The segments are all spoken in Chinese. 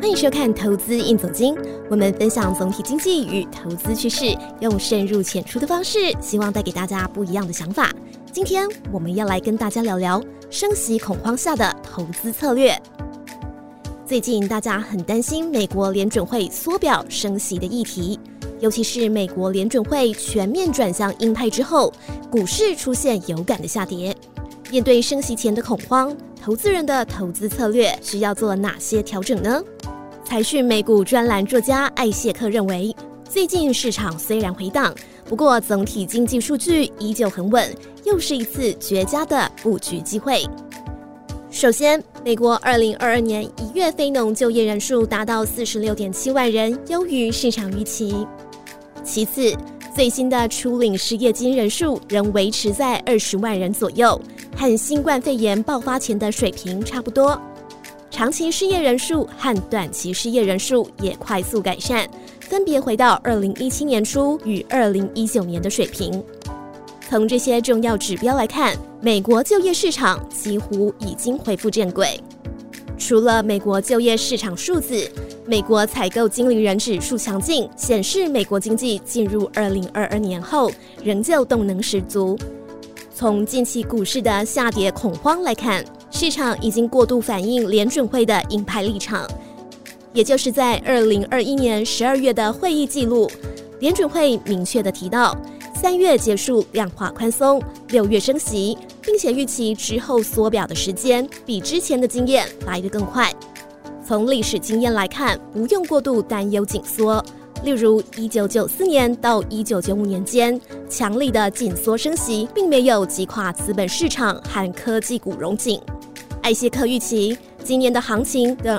欢迎收看投资硬总经，我们分享总体经济与投资趋势，用深入浅出的方式，希望带给大家不一样的想法。今天我们要来跟大家聊聊升息恐慌下的投资策略。最近大家很担心美国联准会缩表升息的议题，尤其是美国联准会全面转向鹰派之后，股市出现有感的下跌。面对升息前的恐慌，投资人的投资策略需要做哪些调整呢？财讯美股专栏作家艾谢克认为，最近市场虽然回档，不过总体经济数据依旧很稳，又是一次绝佳的布局机会。首先，美国2022年1月非农就业人数达到 46.7 万人，优于市场预期。其次，最新的初领失业金人数仍维持在20万人左右，和新冠肺炎爆发前的水平差不多。长期失业人数和短期失业人数也快速改善，分别回到2017年初与2019年的水平。从这些重要指标来看，美国就业市场几乎已经恢复正轨。除了美国就业市场数字，美国采购经理人指数强劲，显示美国经济进入2022年后仍旧动能十足。从近期股市的下跌恐慌来看，市场已经过度反映联准会的鹰派立场，也就是在2021年12月的会议记录，联准会明确地提到，3月结束量化宽松，6月升息，并且预期之后缩表的时间比之前的经验来得更快。从历史经验来看，不用过度担忧紧缩。例如1994年到1995年间，强力的紧缩升息并没有击垮资本市场和科技股荣景。艾谢克预期，今年的行情跟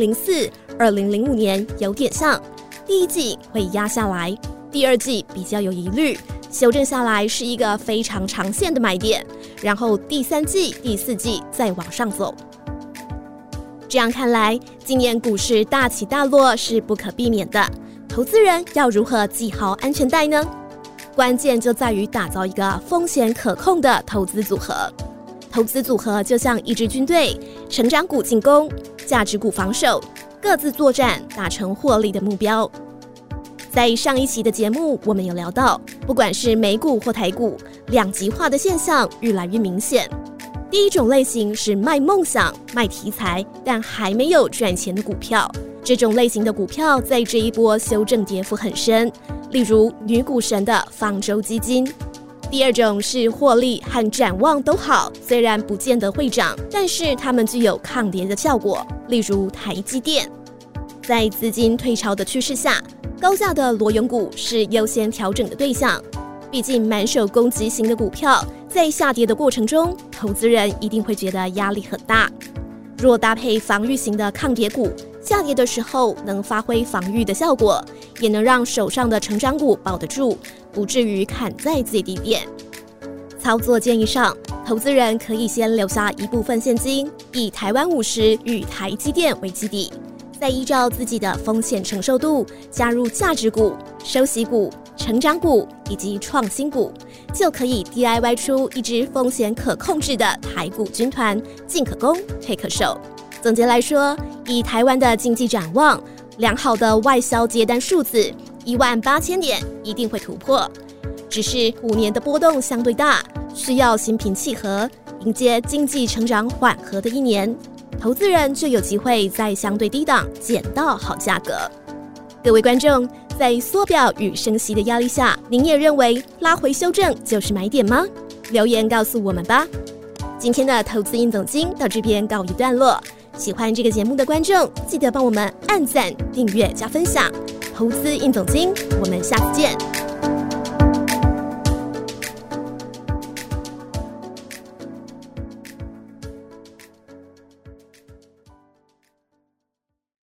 2004、2005年有点像，第一季会压下来，第二季比较有疑虑，修正下来是一个非常长线的买点，然后第三季、第四季再往上走。这样看来，今年股市大起大落是不可避免的。投资人要如何系好安全带呢？关键就在于打造一个风险可控的投资组合。投资组合就像一支军队，成长股进攻，价值股防守，各自作战，达成获利的目标。在上一期的节目，我们有聊到，不管是美股或台股，两极化的现象越来越明显。第一种类型是卖梦想、卖题材，但还没有赚钱的股票。这种类型的股票在这一波修正跌幅很深，例如女股神的方舟基金。第二种是获利和展望都好，虽然不见得会涨，但是它们具有抗跌的效果，例如台积电。在资金退潮的趋势下，高价的裸泳股是优先调整的对象。毕竟满手攻击型的股票，在下跌的过程中，投资人一定会觉得压力很大。若搭配防御型的抗跌股，下跌的时候能发挥防御的效果，也能让手上的成长股保得住，不至于砍在最低点。操作建议上，投资人可以先留下一部分现金，以台湾50与台积电为基底，再依照自己的风险承受度加入价值股、收息股、成长股以及创新股，就可以 DIY 出一支风险可控制的台股军团，进可攻，退可守。总结来说，以台湾的经济展望，良好的外销接单数字18000点一定会突破，只是5年的波动相对大，需要心平气和，迎接经济成长缓和的一年，投资人就有机会在相对低档捡到好价格。各位观众，在缩表与升息的压力下，您也认为拉回修正就是买点吗？留言告诉我们吧。今天的投资硬总经到这边告一段落，喜欢这个节目的观众，记得帮我们按赞、订阅加分享。投资硬总经，我们下次见。